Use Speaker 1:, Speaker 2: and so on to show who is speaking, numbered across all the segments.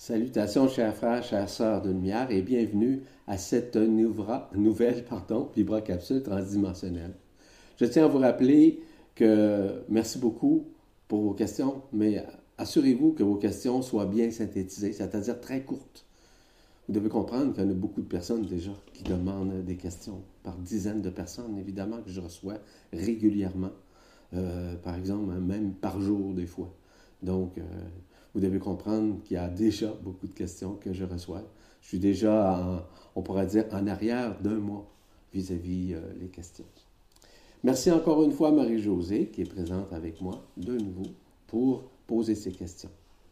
Speaker 1: Salutations, chers frères, chères sœurs de lumière, et bienvenue à cette nouvelle vibracapsule transdimensionnelle. Je tiens à vous rappeler que merci beaucoup pour vos questions, mais assurez-vous que vos questions soient bien synthétisées, c'est-à-dire très courtes. Vous devez comprendre qu'il y en a beaucoup de personnes déjà qui demandent des questions, par dizaines de personnes, évidemment, que je reçois régulièrement, par exemple, même par jour des fois. Donc, vous devez comprendre qu'il y a déjà beaucoup de questions que je reçois. Je suis déjà, on pourrait dire, en arrière d'un mois vis-à-vis les questions. Merci encore une fois à Marie-Josée qui est présente avec moi de nouveau pour poser ces questions.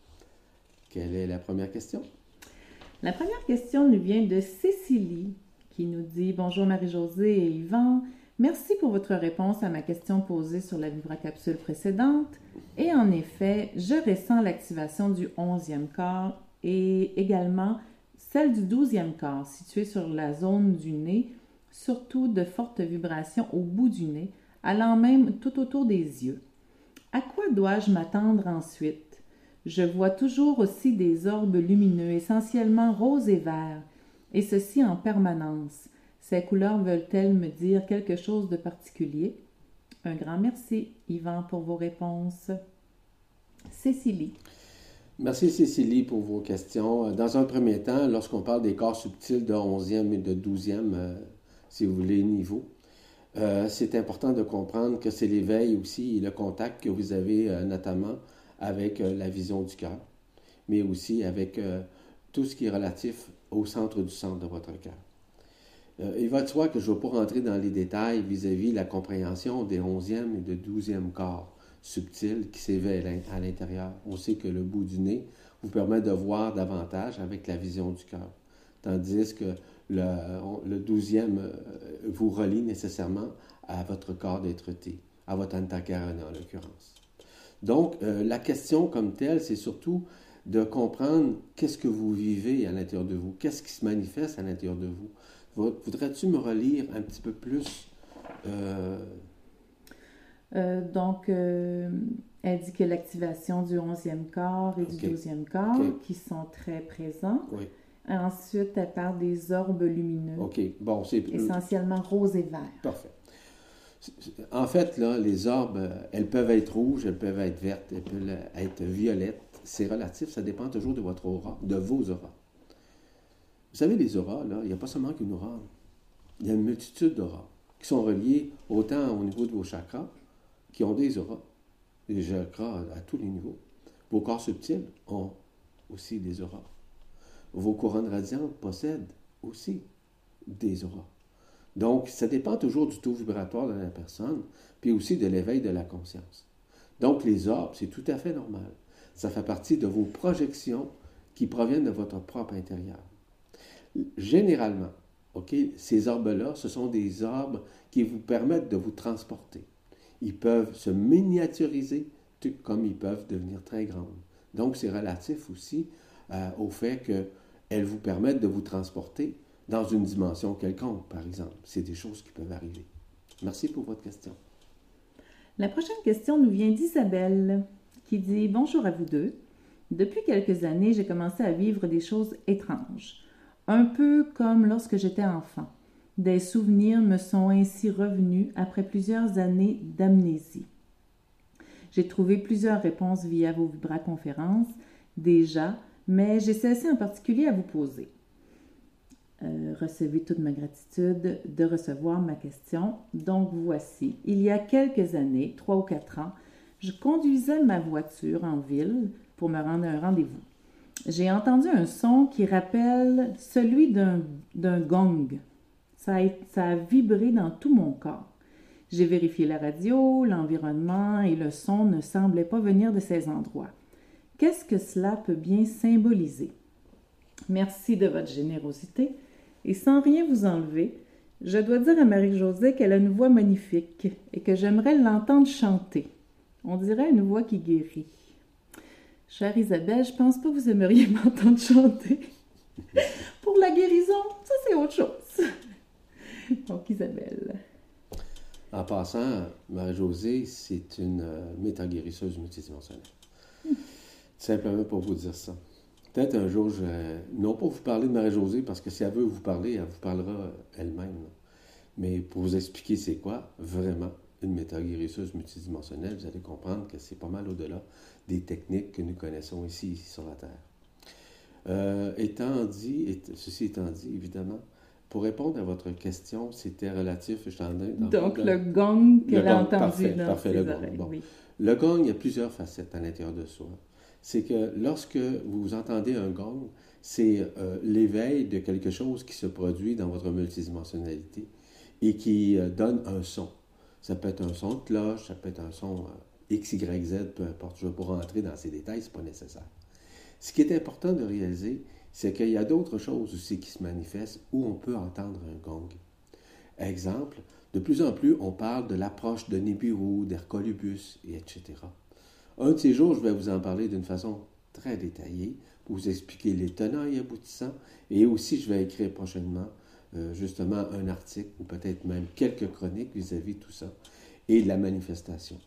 Speaker 1: Quelle est la première question?
Speaker 2: La première question nous vient de Cécilie qui nous dit « Bonjour Marie-Josée et Yvan, merci pour votre réponse à ma question posée sur la vibracapsule précédente. Et en effet, je ressens l'activation du 11e corps et également celle du 12e corps située sur la zone du nez, surtout de fortes vibrations au bout du nez, allant même tout autour des yeux. À quoi dois-je m'attendre ensuite? Je vois toujours aussi des orbes lumineux, essentiellement roses et verts, et ceci en permanence. Ces couleurs veulent-elles me dire quelque chose de particulier? Un grand merci, Yvan, pour vos réponses. Cécilie.
Speaker 1: Merci Cécilie pour vos questions. Dans un premier temps, lorsqu'on parle des corps subtils de 11e et de 12e, si vous voulez, niveau, c'est important de comprendre que c'est l'éveil aussi et le contact que vous avez notamment avec la vision du cœur, mais aussi avec tout ce qui est relatif au centre de votre cœur. Il va de soi que je ne vais pas rentrer dans les détails vis-à-vis la compréhension des 11e et de 12e corps subtils qui s'éveillent à l'intérieur. On sait que le bout du nez vous permet de voir davantage avec la vision du cœur, tandis que le 12e vous relie nécessairement à votre corps d'être-té, à votre antakarana en l'occurrence. Donc, la question comme telle, c'est surtout de comprendre qu'est-ce que vous vivez à l'intérieur de vous, qu'est-ce qui se manifeste à l'intérieur de vous. Voudrais-tu me relire un petit peu plus?
Speaker 2: Elle dit que l'activation du 11e corps et du 12e corps qui sont très présents.
Speaker 1: Oui.
Speaker 2: Ensuite, elle parle des orbes lumineux.
Speaker 1: OK. Bon, c'est...
Speaker 2: Essentiellement roses et verts.
Speaker 1: Parfait. En fait, là, les orbes, elles peuvent être rouges, elles peuvent être vertes, elles peuvent être violettes. C'est relatif, ça dépend toujours de votre aura, de vos auras. Vous savez, les auras, là, il n'y a pas seulement qu'une aura. Il y a une multitude d'auras qui sont reliées autant au niveau de vos chakras, qui ont des auras, des chakras à tous les niveaux. Vos corps subtils ont aussi des auras. Vos couronnes radiantes possèdent aussi des auras. Donc, ça dépend toujours du taux vibratoire de la personne, puis aussi de l'éveil de la conscience. Donc, les orbes, c'est tout à fait normal. Ça fait partie de vos projections qui proviennent de votre propre intérieur. Généralement, ces orbes-là, ce sont des orbes qui vous permettent de vous transporter. Ils peuvent se miniaturiser tout comme ils peuvent devenir très grandes. Donc, c'est relatif aussi au fait qu'elles vous permettent de vous transporter dans une dimension quelconque, par exemple. C'est des choses qui peuvent arriver. Merci pour votre question.
Speaker 2: La prochaine question nous vient d'Isabelle, qui dit « Bonjour à vous deux. Depuis quelques années, j'ai commencé à vivre des choses étranges, un peu comme lorsque j'étais enfant. Des souvenirs me sont ainsi revenus après plusieurs années d'amnésie. J'ai trouvé plusieurs réponses via vos vibraconférences déjà, mais j'ai celle-ci en particulier à vous poser. Recevez toute ma gratitude de recevoir ma question. Donc voici, il y a quelques années, 3 ou 4 ans, je conduisais ma voiture en ville pour me rendre à un rendez-vous. J'ai entendu un son qui rappelle celui d'un gong. Ça a vibré dans tout mon corps. J'ai vérifié la radio, l'environnement et le son ne semblait pas venir de ces endroits. Qu'est-ce que cela peut bien symboliser? Merci de votre générosité. Et sans rien vous enlever, je dois dire à Marie-Josée qu'elle a une voix magnifique et que j'aimerais l'entendre chanter. On dirait une voix qui guérit. Chère Isabelle, je pense pas que vous aimeriez m'entendre chanter. Pour la guérison, ça c'est autre chose. Donc Isabelle.
Speaker 1: En passant, Marie-Josée, c'est une métaguérisseuse multidimensionnelle. Simplement pour vous dire ça. Peut-être un jour, non pas vous parler de Marie-Josée, parce que si elle veut vous parler, elle vous parlera elle-même. Là. Mais pour vous expliquer c'est quoi, vraiment, une méthode guérisseuse multidimensionnelle, vous allez comprendre que c'est pas mal au-delà des techniques que nous connaissons ici sur la Terre. Ceci étant dit, évidemment, pour répondre à votre question, c'était relatif, je t'en ai dans
Speaker 2: Donc, le gong qu'elle a entendu dans
Speaker 1: parfait,
Speaker 2: ses
Speaker 1: le gong.
Speaker 2: oreilles.
Speaker 1: Bon.
Speaker 2: Oui.
Speaker 1: Le gong, il y a plusieurs facettes à l'intérieur de soi. C'est que lorsque vous entendez un gong, c'est l'éveil de quelque chose qui se produit dans votre multidimensionnalité et qui donne un son. Ça peut être un son de cloche, ça peut être un son X, Y, Z, peu importe. Je ne vais pas rentrer dans ces détails, ce n'est pas nécessaire. Ce qui est important de réaliser, c'est qu'il y a d'autres choses aussi qui se manifestent où on peut entendre un gong. Exemple, de plus en plus, on parle de l'approche de Nibiru, d'Hercolubus, et etc. Un de ces jours, je vais vous en parler d'une façon très détaillée pour vous expliquer les tenants et aboutissants. Et aussi, je vais écrire prochainement, justement, un article ou peut-être même quelques chroniques vis-à-vis de tout ça et de la manifestation.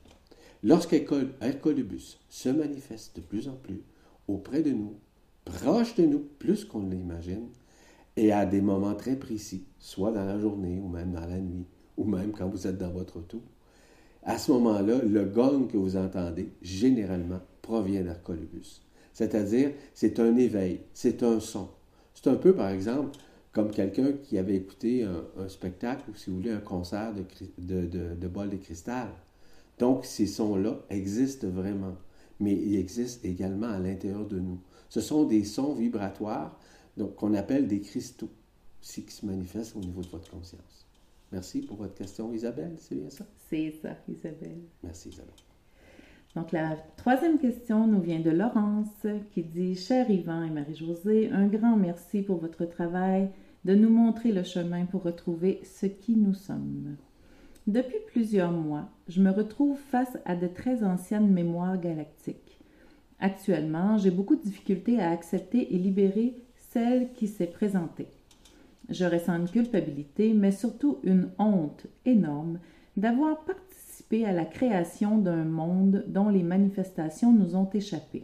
Speaker 1: Lorsqu'Hercolubus se manifeste de plus en plus auprès de nous, proche de nous, plus qu'on l'imagine, et à des moments très précis, soit dans la journée ou même dans la nuit, ou même quand vous êtes dans votre auto, à ce moment-là, le gong que vous entendez, généralement, provient d'Hercolubus. C'est-à-dire, c'est un éveil, c'est un son. C'est un peu, par exemple, comme quelqu'un qui avait écouté un spectacle ou, si vous voulez, un concert de bol de cristal. Donc, ces sons-là existent vraiment, mais ils existent également à l'intérieur de nous. Ce sont des sons vibratoires donc, qu'on appelle des cristaux, aussi qui se manifestent au niveau de votre conscience. Merci pour votre question, Isabelle, c'est bien ça?
Speaker 2: C'est ça, Isabelle.
Speaker 1: Merci, Isabelle.
Speaker 2: Donc, la troisième question nous vient de Laurence qui dit « Cher Yvan et Marie-Josée, un grand merci pour votre travail de nous montrer le chemin pour retrouver ce qui nous sommes. Depuis plusieurs mois, je me retrouve face à de très anciennes mémoires galactiques. Actuellement, j'ai beaucoup de difficultés à accepter et libérer celle qui s'est présentée. Je ressens une culpabilité, mais surtout une honte énorme d'avoir participé à la création d'un monde dont les manifestations nous ont échappé.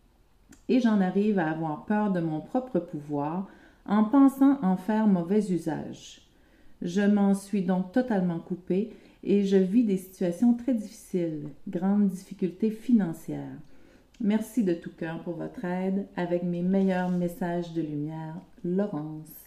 Speaker 2: Et j'en arrive à avoir peur de mon propre pouvoir en pensant en faire mauvais usage. Je m'en suis donc totalement coupée et je vis des situations très difficiles, grandes difficultés financières. Merci de tout cœur pour votre aide. Avec mes meilleurs messages de lumière, Laurence. »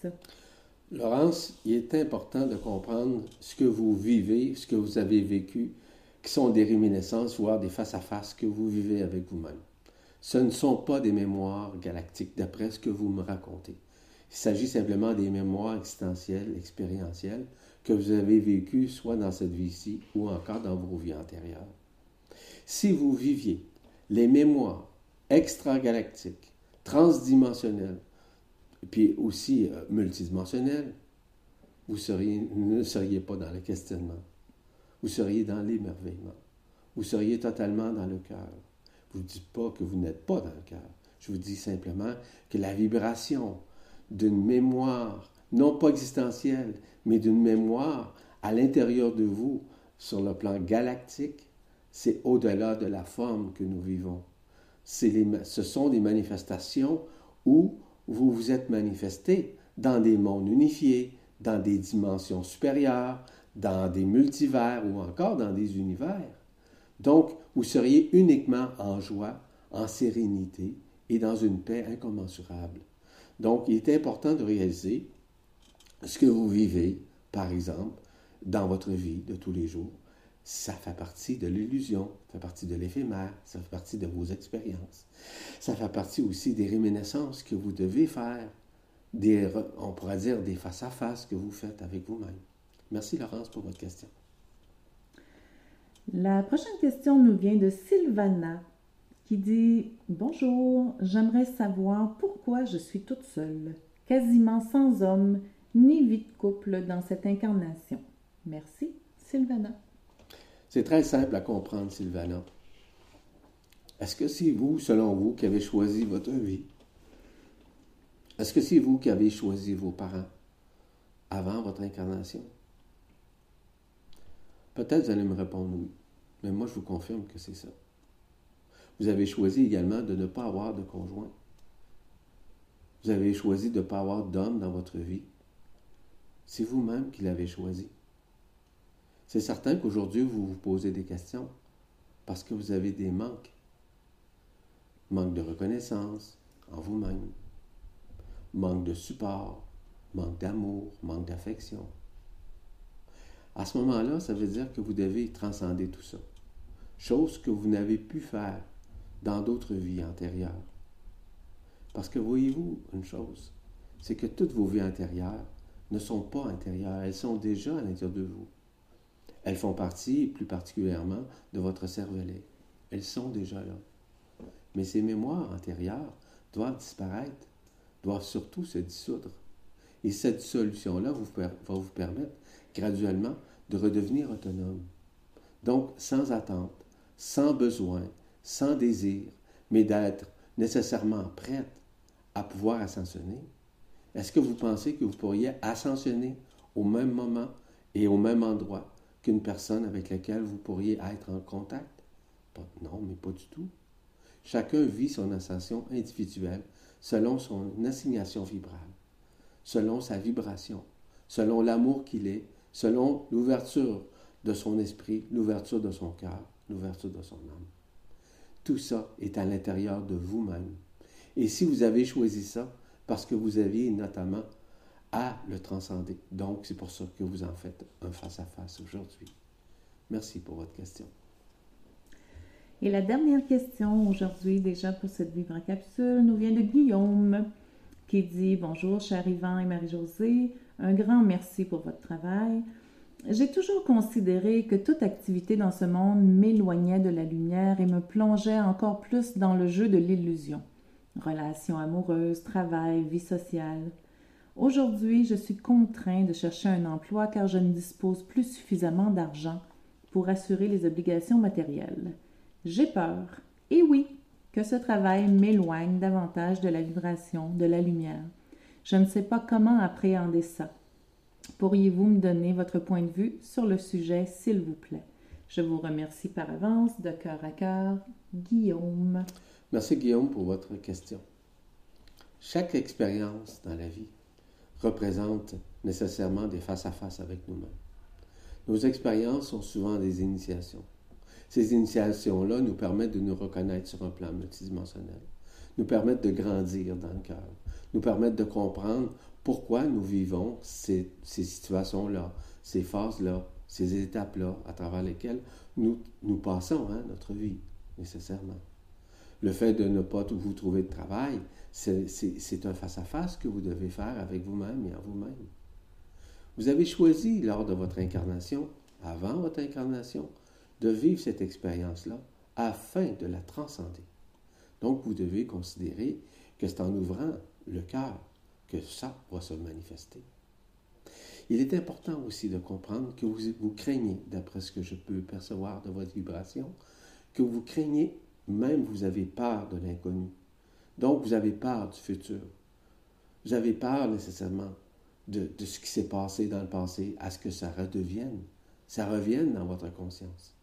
Speaker 1: Laurence, il est important de comprendre ce que vous vivez, ce que vous avez vécu, qui sont des réminiscences, voire des face-à-face que vous vivez avec vous-même. Ce ne sont pas des mémoires galactiques, d'après ce que vous me racontez. Il s'agit simplement des mémoires existentielles, expérientielles, que vous avez vécues soit dans cette vie-ci ou encore dans vos vies antérieures. Si vous viviez les mémoires extragalactiques, transdimensionnelles, puis aussi multidimensionnelles, vous ne seriez pas dans le questionnement. Vous seriez dans l'émerveillement. Vous seriez totalement dans le cœur. Je ne vous dis pas que vous n'êtes pas dans le cœur. Je vous dis simplement que la vibration d'une mémoire, non pas existentielle, mais d'une mémoire à l'intérieur de vous, sur le plan galactique, c'est au-delà de la forme que nous vivons. Ce sont des manifestations où vous vous êtes manifesté dans des mondes unifiés, dans des dimensions supérieures, dans des multivers ou encore dans des univers. Donc, vous seriez uniquement en joie, en sérénité et dans une paix incommensurable. Donc, il est important de réaliser ce que vous vivez, par exemple, dans votre vie de tous les jours. Ça fait partie de l'illusion, ça fait partie de l'éphémère, ça fait partie de vos expériences. Ça fait partie aussi des réminiscences que vous devez faire, on pourrait dire des face-à-face que vous faites avec vous-même. Merci Laurence pour votre question.
Speaker 2: La prochaine question nous vient de Sylvana qui dit « Bonjour, j'aimerais savoir pourquoi je suis toute seule, quasiment sans homme ni vie de couple dans cette incarnation. Merci, Sylvana. »
Speaker 1: C'est très simple à comprendre, Sylvana. Est-ce que c'est vous, selon vous, qui avez choisi votre vie? Est-ce que c'est vous qui avez choisi vos parents avant votre incarnation? Peut-être vous allez me répondre oui, mais moi je vous confirme que c'est ça. Vous avez choisi également de ne pas avoir de conjoint. Vous avez choisi de ne pas avoir d'homme dans votre vie. C'est vous-même qui l'avez choisi. C'est certain qu'aujourd'hui, vous vous posez des questions parce que vous avez des manques. Manque de reconnaissance en vous-même, manque de support, manque d'amour, manque d'affection. À ce moment-là, ça veut dire que vous devez transcender tout ça. Chose que vous n'avez pu faire dans d'autres vies antérieures. Parce que voyez-vous une chose, c'est que toutes vos vies antérieures ne sont pas intérieures, elles sont déjà à l'intérieur de vous. Elles font partie, plus particulièrement, de votre cervelet. Elles sont déjà là. Mais ces mémoires antérieures doivent disparaître, doivent surtout se dissoudre. Et cette dissolution-là va vous permettre graduellement de redevenir autonome. Donc, sans attente, sans besoin, sans désir, mais d'être nécessairement prête à pouvoir ascensionner. Est-ce que vous pensez que vous pourriez ascensionner au même moment et au même endroit qu'une personne avec laquelle vous pourriez être en contact? Non, mais pas du tout. Chacun vit son ascension individuelle selon son assignation vibrale, selon sa vibration, selon l'amour qu'il est, selon l'ouverture de son esprit, l'ouverture de son cœur, l'ouverture de son âme. Tout ça est à l'intérieur de vous-même. Et si vous avez choisi ça, parce que vous aviez notamment à le transcender. Donc, c'est pour ça que vous en faites un face-à-face aujourd'hui. Merci pour votre question.
Speaker 2: Et la dernière question aujourd'hui, déjà pour cette Vibra-Capsule, nous vient de Guillaume, qui dit « Bonjour, cher Yvan et Marie-Josée, un grand merci pour votre travail. J'ai toujours considéré que toute activité dans ce monde m'éloignait de la lumière et me plongeait encore plus dans le jeu de l'illusion. Relations amoureuses, travail, vie sociale. Aujourd'hui, je suis contraint de chercher un emploi car je ne dispose plus suffisamment d'argent pour assurer les obligations matérielles. J'ai peur, et oui, que ce travail m'éloigne davantage de la vibration, de la lumière. Je ne sais pas comment appréhender ça. Pourriez-vous me donner votre point de vue sur le sujet, s'il vous plaît? Je vous remercie par avance, de cœur à cœur, Guillaume.
Speaker 1: Merci Guillaume pour votre question. Chaque expérience dans la vie représente nécessairement des face-à-face avec nous-mêmes. Nos expériences sont souvent des initiations. Ces initiations-là nous permettent de nous reconnaître sur un plan multidimensionnel, nous permettent de grandir dans le cœur, nous permettent de comprendre pourquoi nous vivons ces situations-là, ces phases-là, ces étapes-là à travers lesquelles nous passons notre vie, nécessairement. Le fait de ne pas vous trouver de travail, c'est un face-à-face que vous devez faire avec vous-même et en vous-même. Vous avez choisi, lors de votre incarnation, avant votre incarnation, de vivre cette expérience-là afin de la transcender. Donc, vous devez considérer que c'est en ouvrant le cœur que ça va se manifester. Il est important aussi de comprendre que vous craignez, d'après ce que je peux percevoir de votre vibration, que vous craignez, même vous avez peur de l'inconnu. Donc, vous avez peur du futur. Vous avez peur nécessairement de ce qui s'est passé dans le passé, à ce que ça revienne dans votre conscience.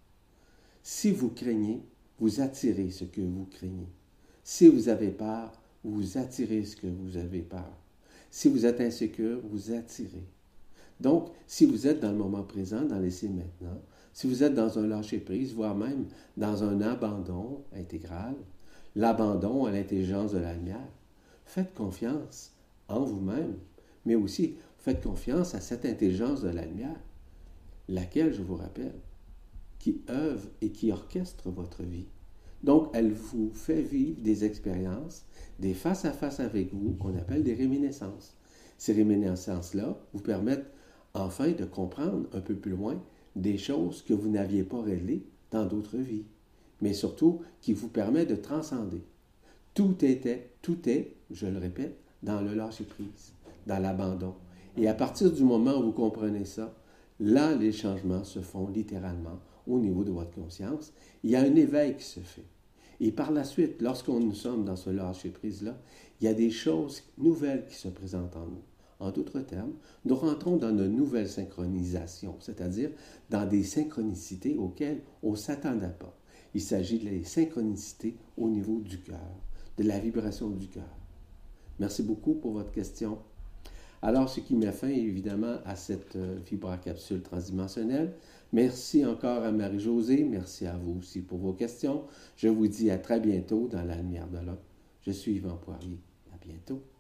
Speaker 1: Si vous craignez, vous attirez ce que vous craignez. Si vous avez peur, vous attirez ce que vous avez peur. Si vous êtes insécure, vous attirez. Donc, si vous êtes dans le moment présent, dans l'essai maintenant, si vous êtes dans un lâcher-prise, voire même dans un abandon intégral, l'abandon à l'intelligence de la lumière, faites confiance en vous-même, mais aussi faites confiance à cette intelligence de la lumière, laquelle, je vous rappelle, qui œuvre et qui orchestre votre vie. Donc, elle vous fait vivre des expériences, des face-à-face avec vous, qu'on appelle des réminiscences. Ces réminiscences-là vous permettent enfin de comprendre un peu plus loin des choses que vous n'aviez pas réglées dans d'autres vies, mais surtout qui vous permet de transcender. Tout est, je le répète, dans le lâcher-prise, dans l'abandon. Et à partir du moment où vous comprenez ça, là, les changements se font littéralement au niveau de votre conscience. Il y a un éveil qui se fait. Et par la suite, lorsqu'on nous sommes dans ce lâcher-prise-là, il y a des choses nouvelles qui se présentent en nous. En d'autres termes, nous rentrons dans une nouvelle synchronisation, c'est-à-dire dans des synchronicités auxquelles on ne s'attendait pas. Il s'agit des synchronicités au niveau du cœur, de la vibration du cœur. Merci beaucoup pour votre question. Alors, ce qui met fin, évidemment, à cette vibracapsule transdimensionnelle. Merci encore à Marie-Josée. Merci à vous aussi pour vos questions. Je vous dis à très bientôt dans la lumière de l'homme. Je suis Yvan Poirier. À bientôt.